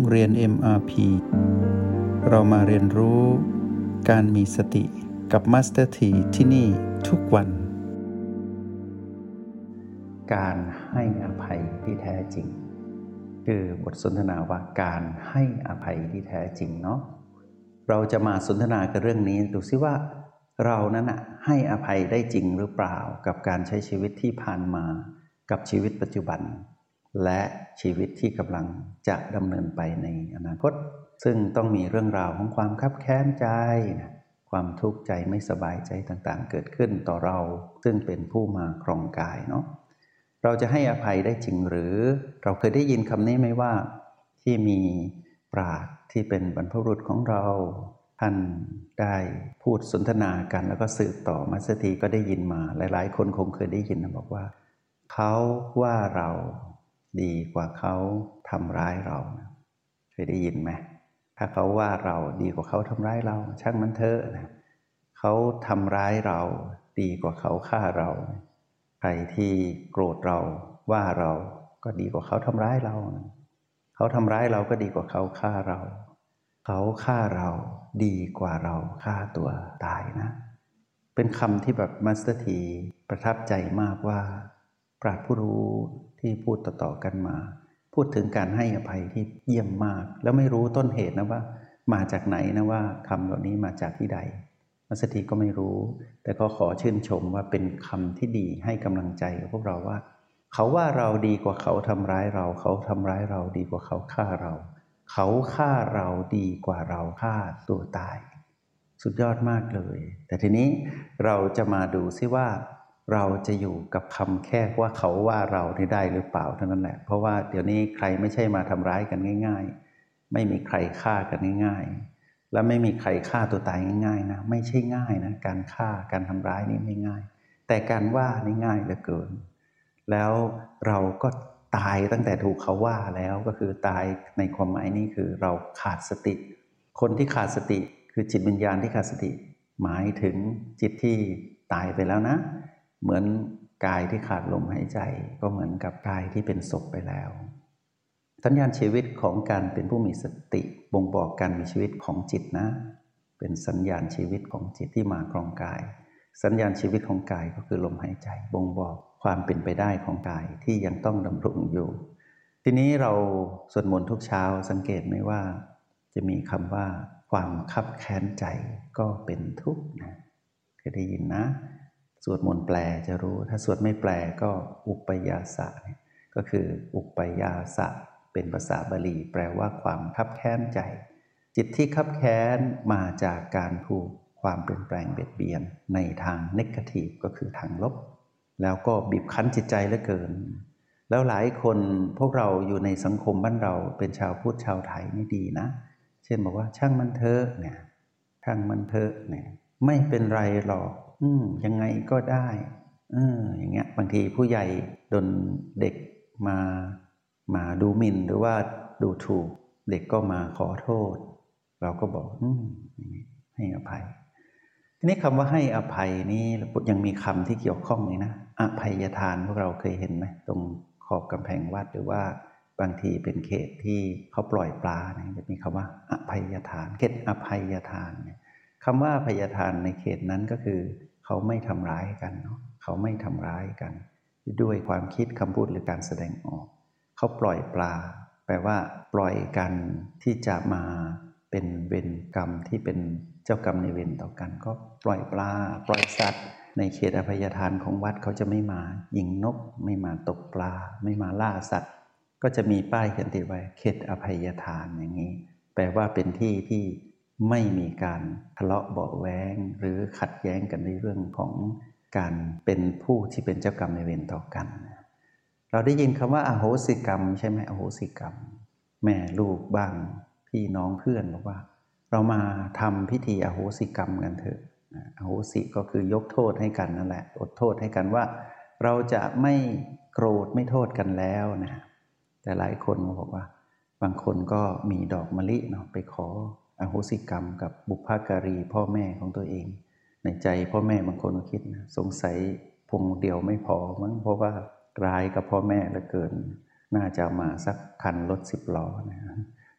เรียน MRP เรามาเรียนรู้การมีสติกับ Master T ที่นี่ทุกวันการให้อภัยที่แท้จริงคือบทสนทนาว่าการให้อภัยที่แท้จริงเนาะเราจะมาสนทนากันเรื่องนี้ดูซิว่าเรานั้นให้อภัยได้จริงหรือเปล่ากับการใช้ชีวิตที่ผ่านมากับชีวิตปัจจุบันและชีวิตที่กำลังจะดำเนินไปในอนาคตซึ่งต้องมีเรื่องราวของความคับแค้นใจความทุกข์ใจไม่สบายใจต่างๆเกิดขึ้นต่อเราซึ่งเป็นผู้มาครองกายเนาะเราจะให้อภัยได้จริงหรือเราเคยได้ยินคำนี้ไหมว่าที่มีปราชญ์ที่เป็นบรรพบุรุษของเราท่านได้พูดสนทนากันแล้วก็สืบต่อมาสักทีก็ได้ยินมาหลายๆคนคงเคยได้ยินนะบอกว่าเขาว่าเราดีกว่าเขาทำร้ายเราเคยได้ยินไหมถ้าเขาว่าเราดีกว่าเขาทำร้ายเราช่างมันเถอะนะเขาทำร้ายเราดีกว่าเขาฆ่าเราใครที่โกรธเราว่าเราก็ดีกว่าเขาทำร้ายเราเขาทำร้ายเราก็ดีกว่าเขาฆ่าเราเขาฆ่าเราดีกว่าเราฆ่าตัวตายนะเป็นคำที่แบบมาสเตอร์ทีประทับใจมากว่าปราชญ์ผู้รู้ที่พูดต่อๆกันมาพูดถึงการให้อภัยที่เยี่ยมมากแล้วไม่รู้ต้นเหตุนะว่ามาจากไหนนะว่าคำเหล่านี้มาจากที่ใดมาสเตอร์ทีก็ไม่รู้แต่ก็ขอชื่นชมว่าเป็นคำที่ดีให้กำลังใจกับพวกเราว่าเขาว่าเราดีกว่าเขาทำร้ายเราเขาทำร้ายเราดีกว่าเขาฆ่าเราเขาฆ่าเราดีกว่าเราฆ่าตัวตายสุดยอดมากเลยแต่ทีนี้เราจะมาดูซิว่าเราจะอยู่กับคำแค่ว่าเขาว่าเราได้หรือเปล่าเท่านั้นแหละเพราะว่าเดี๋ยวนี้ใครไม่ใช่มาทำร้ายกันง่ายๆไม่มีใครฆ่ากันง่ายๆและไม่มีใครฆ่าตัวตายง่ายๆนะไม่ใช่ง่ายนะการฆ่าการทำร้ายนี่ไม่ง่ายแต่การว่านี่ง่ายเหลือเกินแล้วเราก็ตายตั้งแต่ถูกเขาว่าแล้วก็คือตายในความหมายนี้คือเราขาดสติคนที่ขาดสติคือจิตวิญญาณที่ขาดสติหมายถึงจิตที่ตายไปแล้วนะเหมือนกายที่ขาดลมหายใจก็เหมือนกับกายที่เป็นศพไปแล้วสัญญาณชีวิตของการเป็นผู้มีสติบ่งบอกการมีชีวิตของจิตนะเป็นสัญญาณชีวิตของจิตที่มาครองกายสัญญาณชีวิตของกายก็คือลมหายใจบ่งบอกความเป็นไปได้ของกายที่ยังต้องดำรงอยู่ทีนี้เราสวดมนต์ทุกเช้าสังเกตไหมว่าจะมีคำว่าความคับแค้นใจก็เป็นทุกข์นะเคยได้ยินนะสวดมนต์แปลจะรู้ถ้าสวดไม่แปลก็อุปยาสะก็คืออุปยาสะเป็นภาษาบาลีแปลว่าความคับแค้นใจจิตที่คับแค้นมาจากการถูกความเปลี่ยนแปลงเบียดเบียนในทางเนกาทีฟก็คือทางลบแล้วก็บีบคั้นจิตใจเหลือเกินแล้วหลายคนพวกเราอยู่ในสังคมบ้านเราเป็นชาวพุทธชาวไทยนี่ดีนะเช่นบอกว่าช่างมันเถอะเนี่ยช่างมันเถอะเนี่ยไม่เป็นไรหรอกยังไงก็ได้อย่างเงี้ยบางทีผู้ใหญ่โดนเด็กมาดูหมิ่นหรือว่าดูถูกเด็กก็มาขอโทษเราก็บอกให้อภัยทีนี้คำว่าให้อภัยนี้ยังมีคำที่เกี่ยวข้องเลยนะอภัยทานพวกเราเคยเห็นไหมตรงขอบกำแพงวัดหรือว่าบางทีเป็นเขตที่เขาปล่อยปลาเนี่ยจะมีคำว่าอภัยทานเขตอภัยทานเนี่ยคำว่าอภัยทานในเขตนั้นก็คือเขาไม่ทำร้ายกันเนาะเขาไม่ทำร้ายกันด้วยความคิดคำพูดหรือการแสดงออกเขาปล่อยปลาแปลว่าปล่อยกันที่จะมาเป็นเวรกรรมที่เป็นเจ้ากรรมในเวรต่อกันก็ปล่อยปลาปล่อยสัตว์ในเขตอภัยทานของวัดเขาจะไม่มายิงนกไม่มาตกปลาไม่มาล่าสัตว์ก็จะมีป้ายเขียนติดไว้เขตอภัยทานอย่างนี้แปลว่าเป็นที่ที่ไม่มีการทะเลาะเบาะแว้งหรือขัดแย้งกันในเรื่องของการเป็นผู้ที่เป็นเจ้ากรรมในเวรต่อกันเราได้ยินคำว่าอโหสิกรรมใช่ไหมอโหสิกรรมแม่ลูกบ้างพี่น้องเพื่อนบอกว่าเรามาทำพิธีอโหสิกรรมกันเถอะอโหสิก็คือยกโทษให้กันนั่นแหละอดโทษให้กันว่าเราจะไม่โกรธไม่โทษกันแล้วนะแต่หลายคนก็บอกว่าบางคนก็มีดอกมะลิเนาะไปขออโหสิกรรมกับบุพการีพ่อแม่ของตัวเองในใจพ่อแม่บางคนก็คิดนะสงสัยพวงเดียวไม่พอมั้งเพราะว่าร้ายกับพ่อแม่เหลือเกินน่าจะมาสักคันรถ10 ล้อนะ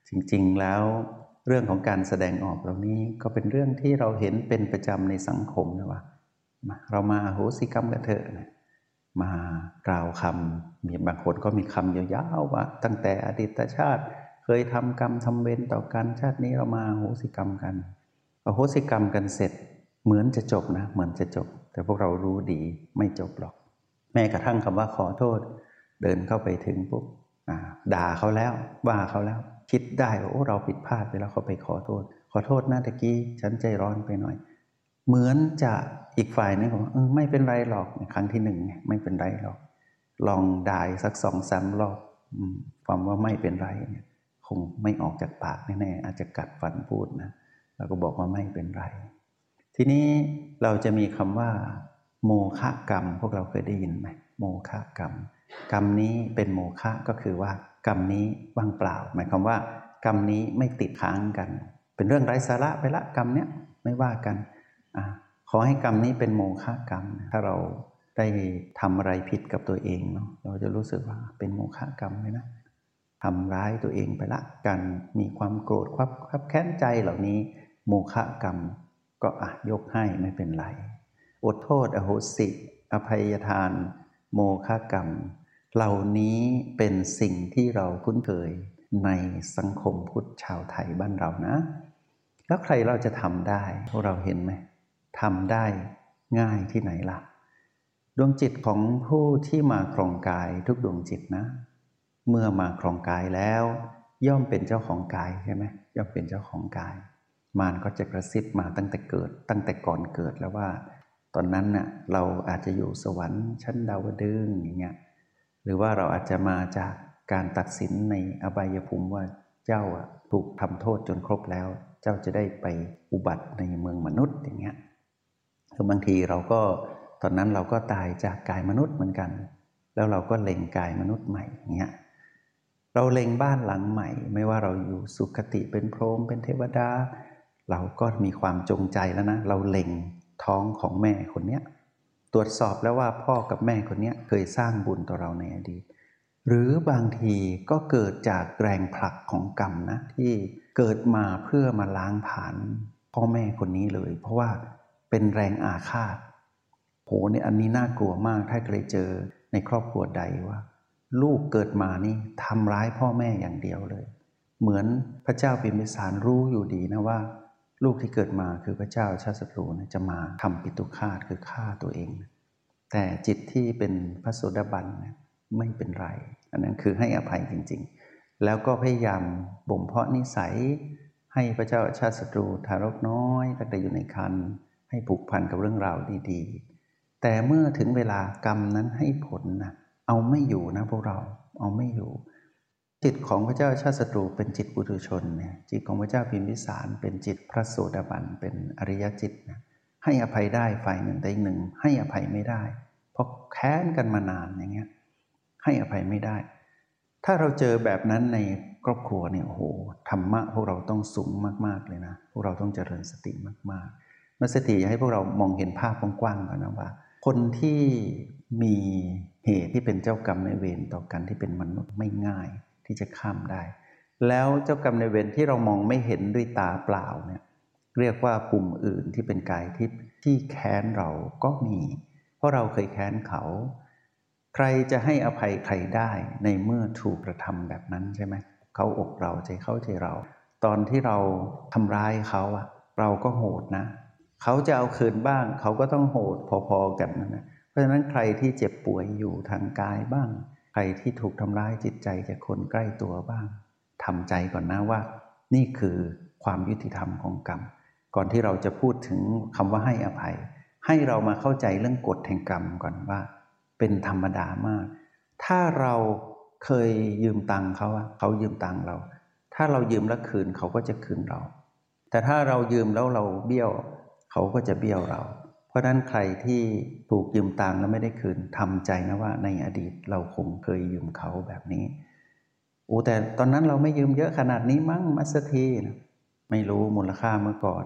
จริงๆแล้วเรื่องของการแสดงออกเหล่านี้ก็เป็นเรื่องที่เราเห็นเป็นประจำในสังคมนะว่าเรามาอโหสิกรรมกันเถอะนะมากล่าวคำมีบางคนก็มีคำยาวๆว่าตั้งแต่อดีตชาติเคยทำกรรมทำเวรต่อกันชาตินี้เรามาอโหสิกรรมกันอโหสิกรรมกันเสร็จเหมือนจะจบนะเหมือนจะจบแต่พวกเรารู้ดีไม่จบหรอกแม้กระทั่งคำว่าขอโทษเดินเข้าไปถึงปุ๊บด่าเขาแล้วว่าเขาแล้วคิดได้ว่าโอ้เราผิดพลาดไปแล้วเขาไปขอโทษนะตะกี้ฉันใจร้อนไปหน่อยเหมือนจะอีกฝ่ายนึงบอกว่าไม่เป็นไรหรอกครั้งที่หนึ่งไม่เป็นไรหรอกลองด่าสัก2-3 รอบความว่าไม่เป็นไรเนี่ยคงไม่ออกจากปากแน่ๆอาจจะกัดฟันพูดนะแล้วก็บอกว่าไม่เป็นไรทีนี้เราจะมีคำว่าโมฆะกรรมพวกเราเคยได้ยินไหมโมฆะกรรมกรรมนี้เป็นโมฆะก็คือว่ากรรมนี้ว่างเปล่าหมายความว่ากรรมนี้ไม่ติดค้างกันเป็นเรื่องไร้สาระไปละกรรมเนี้ยไม่ว่ากันขอให้กรรมนี้เป็นโมฆะกรรมถ้าเราได้ทำอะไรผิดกับตัวเองเนาะเราจะรู้สึกว่าเป็นโมฆะกรรมเลยนะทำร้ายตัวเองไปละกันมีความโกรธครับแค้นใจเหล่านี้โมฆะกรรมก็ยกให้ไม่เป็นไรอดโทษอโหสิอภัยทานโมฆะกรรมเหล่านี้เป็นสิ่งที่เราคุ้นเคยในสังคมพุทธชาวไทยบ้านเรานะแล้วใครเราจะทำได้พวกเราเห็นไหมทำได้ง่ายที่ไหนล่ะดวงจิตของผู้ที่มาครองกายทุกดวงจิตนะเมื่อมาครองกายแล้วย่อมเป็นเจ้าของกายใช่ไหมย่อมเป็นเจ้าของกายมารก็จะกระซิบมาตั้งแต่เกิดตั้งแต่ก่อนเกิดแล้วว่าตอนนั้นน่ะเราอาจจะอยู่สวรรค์ชั้นดาวดึงส์อย่างเงี้ยหรือว่าเราอาจจะมาจากการตัดสินในอบายภูมิว่าเจ้าถูกทำโทษจนครบแล้วเจ้าจะได้ไปอุบัติในเมืองมนุษย์อย่างเงี้ยคือบางทีเราก็ตอนนั้นเราก็ตายจากกายมนุษย์เหมือนกันแล้วเราก็เล็งกายมนุษย์ใหม่อย่างเงี้ยเราเล็งบ้านหลังใหม่ไม่ว่าเราอยู่สุคติเป็นพรหมเป็นเทวดาเราก็มีความจงใจแล้วนะเราเล็งท้องของแม่คนเนี้ยตรวจสอบแล้วว่าพ่อกับแม่คนเนี้ยเคยสร้างบุญต่อเราในอดีตหรือบางทีก็เกิดจากแรงผลักของกรรมนะที่เกิดมาเพื่อมาล้างผลาญพ่อแม่คนนี้เลยเพราะว่าเป็นแรงอาฆาตโหเนี่ยอันนี้น่ากลัวมากถ้าเคยเจอในครอบครัวใดว่าลูกเกิดมานี่ทำร้ายพ่อแม่อย่างเดียวเลยเหมือนพระเจ้าพิมพิสารรู้อยู่ดีนะว่าลูกที่เกิดมาคือพระเจ้าชาติศัตรูจะมาทำปิตุฆาตคือฆ่าตัวเองแต่จิตที่เป็นพระโสดาบันไม่เป็นไรอันนั้นคือให้อภัยจริงๆแล้วก็พยายามบ่มเพาะนิสัยให้พระเจ้าชาติศัตรูทารกน้อยตั้งแต่อยู่ในครรภ์ให้ผูกพันกับเรื่องราวดีๆแต่เมื่อถึงเวลากรรมนั้นให้ผลนะเอาไม่อยู่นะพวกเราเอาไม่อยู่จิตของพระเจ้าชาติศัตรูเป็นจิตปุถุชนเนี่ยจิตของพระเจ้าพิมพิสารเป็นจิตพระโสดาบันเป็นอริยจิตนะให้อภัยได้ฝ่ายหนึ่งแต่อีกหนึ่งให้อภัยไม่ได้เพราะแค้นกันมานานอย่างเงี้ยให้อภัยไม่ได้ถ้าเราเจอแบบนั้นในครอบครัวเนี่ยโอ้โหธรรมะพวกเราต้องสูงมากๆเลยนะพวกเราต้องเจริญสติมากๆเมื่อสติอยากให้พวกเรามองเห็นภาพกว้างๆก่อนนะว่าคนที่มีเหตุที่เป็นเจ้ากรรมนายเวรต่อกันที่เป็นมนุษย์ไม่ง่ายที่จะข้ามได้แล้วเจ้ากรรมนายเวรที่เรามองไม่เห็นด้วยตาเปล่าเนี่ยเรียกว่ากลุ่มอื่นที่เป็นกายทิพย์ที่แค้นเราก็มีเพราะเราเคยแค้นเขาใครจะให้อภัยใครได้ในเมื่อถูกกระทำแบบนั้นใช่ไหมเขาอกเราใจเขาใจเราตอนที่เราทำร้ายเขาเราก็โหดนะเขาจะเอาคืนบ้างเขาก็ต้องโหดพอๆกันนะเพราะฉะนั้นใครที่เจ็บป่วยอยู่ทางกายบ้างใครที่ถูกทำร้ายจิตใจจากคนใกล้ตัวบ้างทำใจก่อนนะว่านี่คือความยุติธรรมของกรรมก่อนที่เราจะพูดถึงคำว่าให้อภัยให้เรามาเข้าใจเรื่องกฎแห่งกรรมก่อนว่าเป็นธรรมดามากถ้าเราเคยยืมตังค์เขายืมตังค์เราถ้าเรายืมแล้วคืนเขาก็จะคืนเราแต่ถ้าเรายืมแล้วเราเบี้ยวเขาก็จะเบี้ยวเราเพราะฉะนั้นใครที่ถูกยืมตังค์แล้วไม่ได้คืนทำใจนะว่าในอดีตเราคงเคยยืมเขาแบบนี้แต่ตอนนั้นเราไม่ยืมเยอะขนาดนี้มั้งมัสทีนะไม่รู้มูลค่าเมื่อก่อน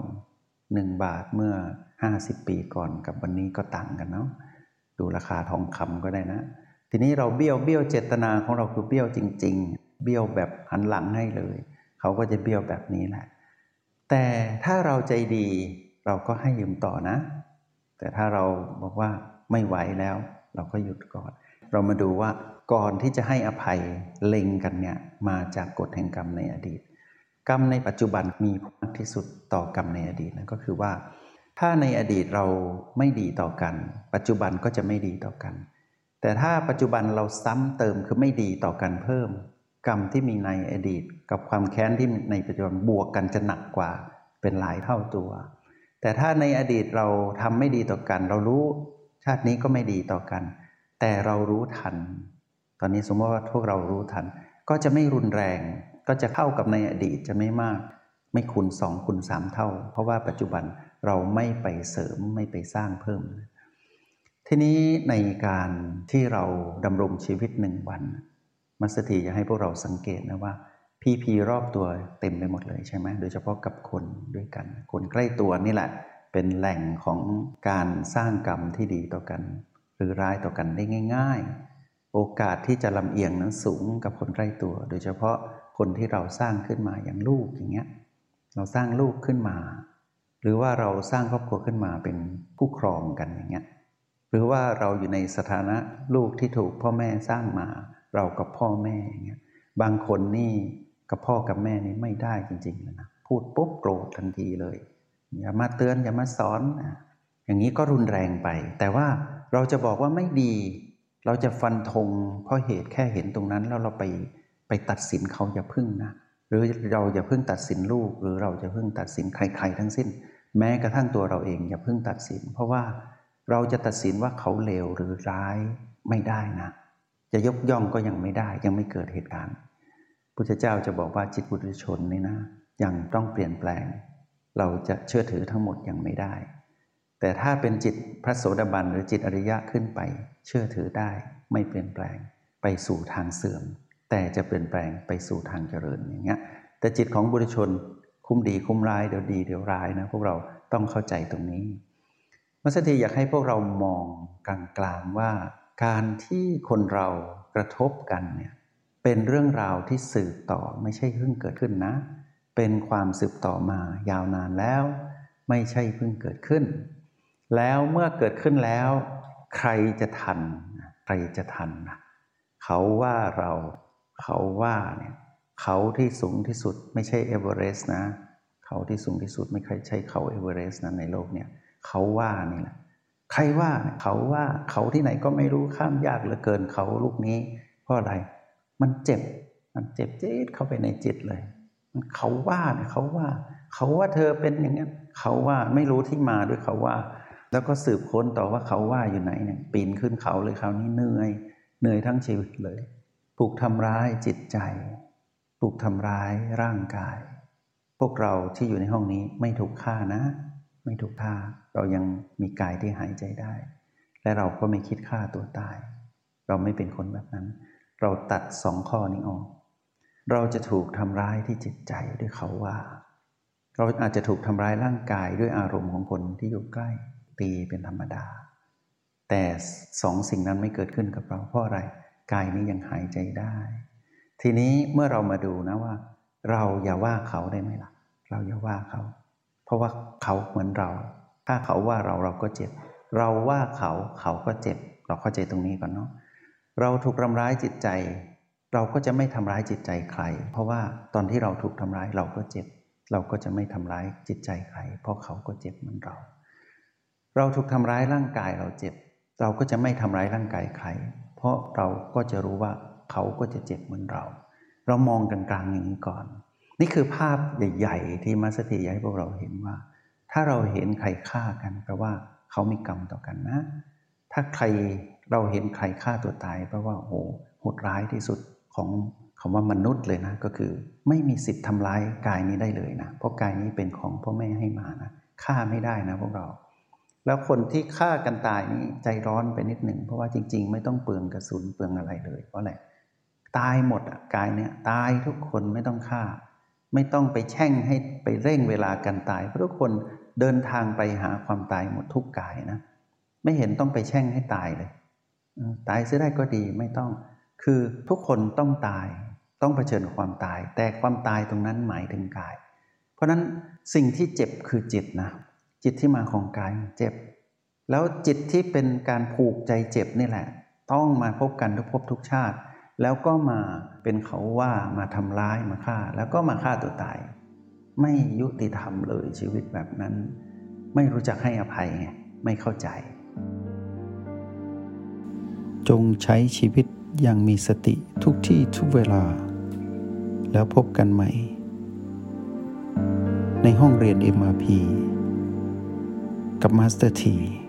1 บาทเมื่อ50 ปีก่อนกับวันนี้ก็ต่างกันเนาะดูราคาทองคำก็ได้นะทีนี้เราเบี้ยวเจตนาของเราคือเบี้ยวจริงๆเบี้ยวแบบหันหลังให้เลยคเขาก็จะเบี้ยวแบบนี้แหละแต่ถ้าเราใจดีเราก็ให้ยืมต่อนะแต่ถ้าเราบอกว่าไม่ไหวแล้วเราก็หยุดก่อนเรามาดูว่าก่อนที่จะให้อภัยเล็งกันเนี่ยมาจากกฎแห่งกรรมในอดีตกรรมในปัจจุบันมีมากที่สุดต่อกรรมในอดีตนะก็คือว่าถ้าในอดีตเราไม่ดีต่อกันปัจจุบันก็จะไม่ดีต่อกันแต่ถ้าปัจจุบันเราซ้ำเติมคือไม่ดีต่อกันเพิ่มกรรมที่มีในอดีตกับความแค้นที่ในปัจจุบันบวกกันจะหนักกว่าเป็นหลายเท่าตัวแต่ถ้าในอดีตเราทำไม่ดีต่อกันเรารู้ชาตินี้ก็ไม่ดีต่อกันแต่เรารู้ทันตอนนี้สมมติว่าพวกเรารู้ทันก็จะไม่รุนแรงก็จะเข้ากับในอดีตจะไม่มากไม่คูณ2คูณ3เท่าเพราะว่าปัจจุบันเราไม่ไปเสริมไม่ไปสร้างเพิ่มทีนี้ในการที่เราดำรงชีวิต1วันมัสถีจะให้พวกเราสังเกตนะว่าพีรอบตัวเต็มไปหมดเลยใช่ไหมโดยเฉพาะกับคนด้วยกันคนใกล้ตัวนี่แหละเป็นแหล่งของการสร้างกรรมที่ดีต่อกันหรือร้ายต่อกันได้ง่ายๆโอกาสที่จะลำเอียงนั้นสูงกับคนใกล้ตัวโดยเฉพาะคนที่เราสร้างขึ้นมาอย่างลูกอย่างเงี้ยเราสร้างลูกขึ้นมาหรือว่าเราสร้างครอบครัวขึ้นมาเป็นผู้ครองกันอย่างเงี้ยหรือว่าเราอยู่ในสถานะลูกที่ถูกพ่อแม่สร้างมาเรากับพ่อแม่อย่างเงี้ยบางคนนี่กับพ่อกับแม่นี่ไม่ได้จริงๆเลยนะพูดปุ๊บโกรธทันทีเลยอย่ามาเตือนอย่ามาสอนอย่างนี้ก็รุนแรงไปแต่ว่าเราจะบอกว่าไม่ดีเราจะฟันธงเพราะเหตุแค่เห็นตรงนั้นแล้วเราไปตัดสินเขาอย่าพึ่งนะหรือเราอย่าพึ่งตัดสินลูกหรือเราจะพึ่งตัดสินใครๆทั้งสิ้นแม้กระทั่งตัวเราเองอย่าพึ่งตัดสินเพราะว่าเราจะตัดสินว่าเขาเลวหรือร้ายไม่ได้นะจะยกย่องก็ยังไม่ได้ยังไม่เกิดเหตุการณ์พุทธเจ้าจะบอกว่าจิตปุถุชนนี่นะยังต้องเปลี่ยนแปลงเราจะเชื่อถือทั้งหมดยังไม่ได้แต่ถ้าเป็นจิตพระโสดาบันหรือจิตอริยะขึ้นไปเชื่อถือได้ไม่เปลี่ยนแปลงไปสู่ทางเสื่อมแต่จะเปลี่ยนแปลงไปสู่ทางเจริญอย่างเงี้ยแต่จิตของบุรุชนคุ้มดีคุ้มร้ายเดี๋ยวดีเดี๋ยวร้ายนะพวกเราต้องเข้าใจตรงนี้มัสถีอยากให้พวกเรามองกลางๆว่าการที่คนเรากระทบกันเนี่ยเป็นเรื่องราวที่สืบต่อไม่ใช่เพิ่งเกิดขึ้นนะเป็นความสืบต่อมายาวนานแล้วไม่ใช่เพิ่งเกิดขึ้นแล้วเมื่อเกิดขึ้นแล้วใครจะทันใครจะทันนะเขาว่าเราเขาว่าเนี่ยเขาที่สูงที่สุดไม่ใช่เอเวอเรสต์นะเขาที่สูงที่สุดไม่ใช่เขาเอเวอเรสต์นะในโลกเนี่ยเขาว่านี่แหละใครว่าเขาว่าเขาที่ไหนก็ไม่รู้ข้ามยากเหลือเกินเขาลูกนี้เพราะอะไรมันเจ็บจี๊ดเข้าไปในจิตเลยเขาว่าเนี่ยเขาว่าเธอเป็นอย่างนั้นเขาว่าไม่รู้ที่มาด้วยเขาว่าแล้วก็สืบค้นต่อว่าเขาว่าอยู่ไหนเนี่ยปีนขึ้นเขาเลยคราวนี้เหนื่อยทั้งชีวิตเลยถูกทำร้ายจิตใจถูกทำร้ายร่างกายพวกเราที่อยู่ในห้องนี้ไม่ถูกฆ่านะไม่ถูกฆ่าเรายังมีกายที่หายใจได้และเราก็ไม่คิดฆ่าตัวตายเราไม่เป็นคนแบบนั้นเราตัด2 ข้อนี้ออกเราจะถูกทำร้ายที่จิตใจด้วยเขาว่าเราอาจจะถูกทำร้ายร่างกายด้วยอารมณ์ของคนที่อยู่ใกล้ตีเป็นธรรมดาแต่2 สิ่งนั้นไม่เกิดขึ้นกับเราเพราะอะไรกายนี้ยังหายใจได้ทีนี้เมื่อเรามาดูนะว่าเราอย่าว่าเขาได้ไหมล่ะเราอย่าว่าเขาเพราะว่าเขาเหมือนเราถ้าเขาว่าเราก็เจ็บเราว่าเขาก็เจ็บเราเข้าใจตรงนี้ก่อนเนาะเราถูกทำร้ายจิตใจเราก็จะไม่ทำร้ายจิตใจใครเพราะว่าตอนที่เราถูกทำร้ายเราก็เจ็บเราก็จะไม่ทำร้ายจิตใจใครเพราะเขาก็เจ็บเหมือนเราถูกทำร้ายร่างกายเราเจ็บเราก็จะไม่ทำร้ายร่างกายใครเพราะเราก็จะรู้ว่าเขาก็จะเจ็บเหมือนเรามองกลางๆอย่างนี้ก่อนนี่คือภาพใหญ่ๆที่มัสถีอยากให้พวกเราเห็นว่าถ้าเราเห็นใครฆ่ากันแปลว่าเขามีกรรมต่อกันนะถ้าเราเห็นใครฆ่าตัวตายแปลว่าโอ้โหดร้ายที่สุดของคำว่ามนุษย์เลยนะก็คือไม่มีสิทธิ์ทำร้ายกายนี้ได้เลยนะเพราะกายนี้เป็นของพ่อแม่ให้มานะฆ่าไม่ได้นะพวกเราแล้วคนที่ฆ่ากันตายนี่ใจร้อนไปนิดหนึ่งเพราะว่าจริงๆไม่ต้องเปลืองกระสุนเปลืองอะไรเลยเพราะอะไรตายหมดอ่ะกายเนี่ยตายทุกคนไม่ต้องฆ่าไม่ต้องไปแช่งให้ไปเร่งเวลากันตายเพราะทุกคนเดินทางไปหาความตายหมดทุกกายนะไม่เห็นต้องไปแช่งให้ตายเลยตายเสียได้ก็ดีไม่ต้องคือทุกคนต้องตายต้องเผชิญความตายแต่ความตายตรงนั้นหมายถึงกายเพราะนั้นสิ่งที่เจ็บคือจิตนะจิตที่มาของกายเจ็บแล้วจิตที่เป็นการผูกใจเจ็บนี่แหละต้องมาพบกันทุกภพทุกชาติแล้วก็มาเป็นเขาว่ามาทำร้ายมาฆ่าแล้วก็มาฆ่าตัวตายไม่ยุติธรรมเลยชีวิตแบบนั้นไม่รู้จักให้อภัยไงไม่เข้าใจจงใช้ชีวิตอย่างมีสติทุกที่ทุกเวลาแล้วพบกันใหม่ในห้องเรียน MRP กับมาสเตอร์ที